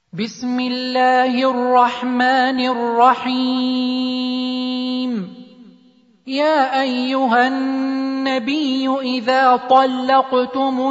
بسم الله الرحمن الرحيم. يا أيها النبي إذا طلقتم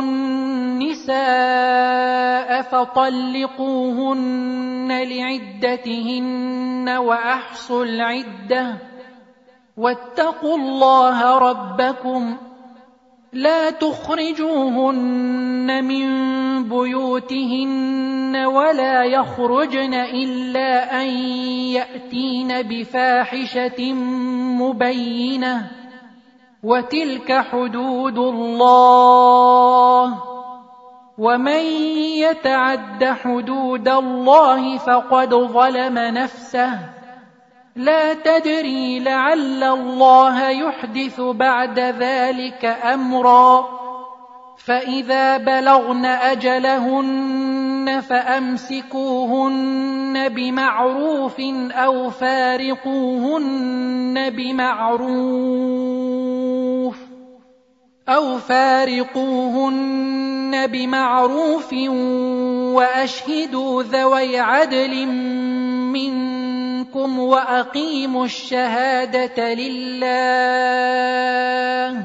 النساء فطلقوهن لعدتهن وأحصوا العدة واتقوا الله ربكم لا تخرجوهن من بيوتهن ولا يخرجن إلا أن يأتين بفاحشة مبينة وتلك حدود الله ومن يتعد حدود الله فقد ظلم نفسه لا تدري لعل الله يحدث بعد ذلك أمرا فإذا بلغن أجلهن فأمسكوهن بمعروف أو فارقوهن بمعروف وأشهدوا ذوي عدل منكم وأقيموا الشهادة لله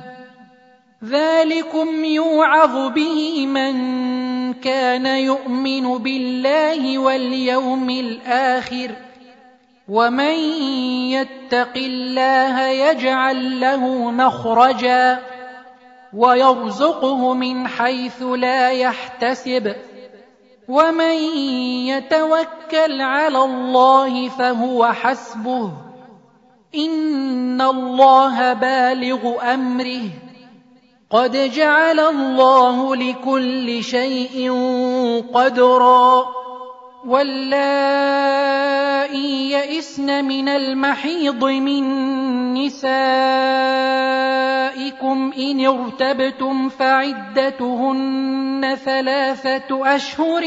ذلكم يوعظ به من كان يؤمن بالله واليوم الآخر ومن يتق الله يجعل له مخرجا ويرزقه من حيث لا يحتسب ومن يتوكل على الله فهو حسبه إن الله بالغ أمره قد جعل الله لكل شيء قدرا واللائي يئسن من المحيض من نسائكم إن ارتبتم فعدتهن 3 أشهر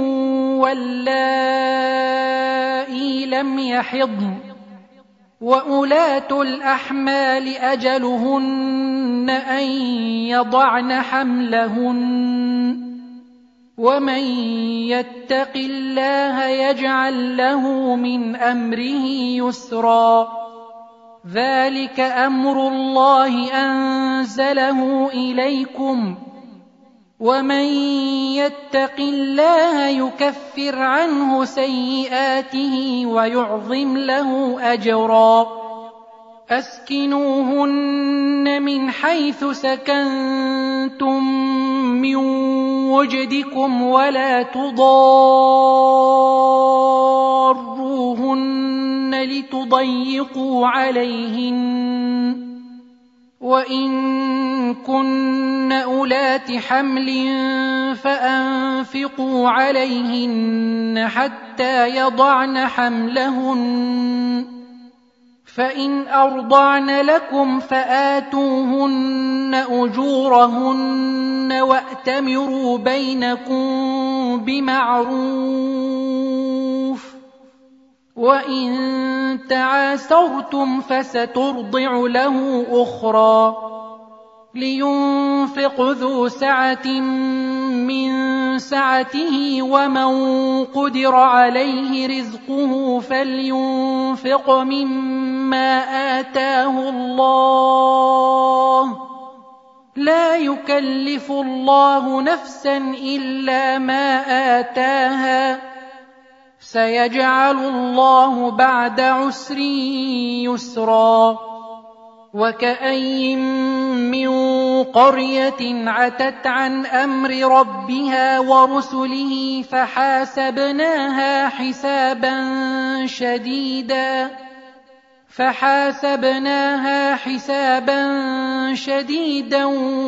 واللائي لم يحضن وأولاة الأحمال أجلهن أن يضعن حملهن ومن يتق الله يجعل له من أمره يسرا ذلك أمر الله أنزله إليكم ومن يتق الله يكفر عنه سيئاته ويعظم له أجرا أسكنوهن من حيث سكنتم من وجدكم ولا تضاروهن لتضيقوا عليهن وإن كن أولات حمل فأنفقوا عليهن حتى يضعن حملهن فإن أرضعن لكم فآتوهن أجورهن وأتمروا بينكم بمعروف وإن تعاسرتم فسترضع له أخرى لينفق ذو سعة من سعته ومن قدر عليه رزقه فلينفق مما آتاه الله لا يكلف الله نفسا إلا ما آتاها سيجعل الله بعد عسر يسرا وكأين من قرية عتت عن أمر ربها ورسله فحاسبناها حسابا شديدا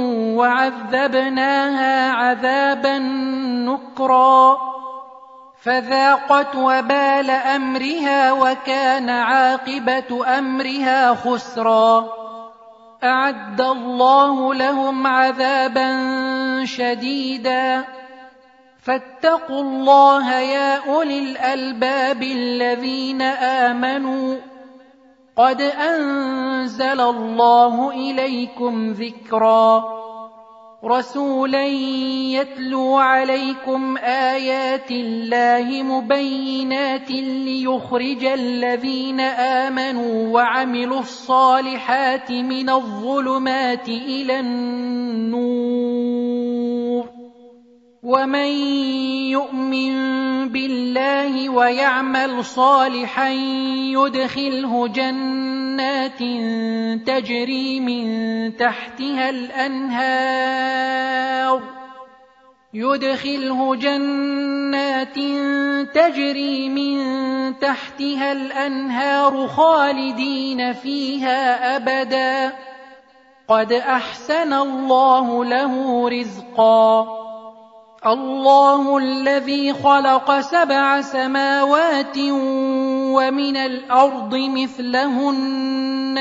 وعذبناها عذابا نكرا فذاقت وبال أمرها وكان عاقبة أمرها خسرا أعد الله لهم عذابا شديدا فاتقوا الله يا أولي الألباب الذين آمنوا قد أنزل الله إليكم ذكرا رسولا يتلو عليكم آيات الله مبينات ليخرج الذين آمنوا وعملوا الصالحات من الظلمات إلى النور ومن يؤمن بالله ويعمل صالحا يدخله جنات تجري من تحتها الأنهار خالدين فيها أبدا قد أحسن الله له رزقا الله الذي خلق 7 سماوات ومن الأرض مثلهن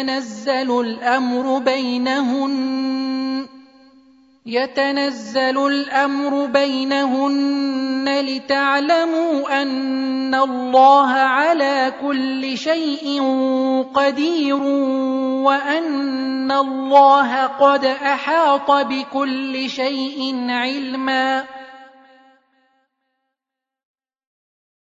يتنزل الأمر بينهن لتعلموا أن الله على كل شيء قدير وأن الله قد أحاط بكل شيء علما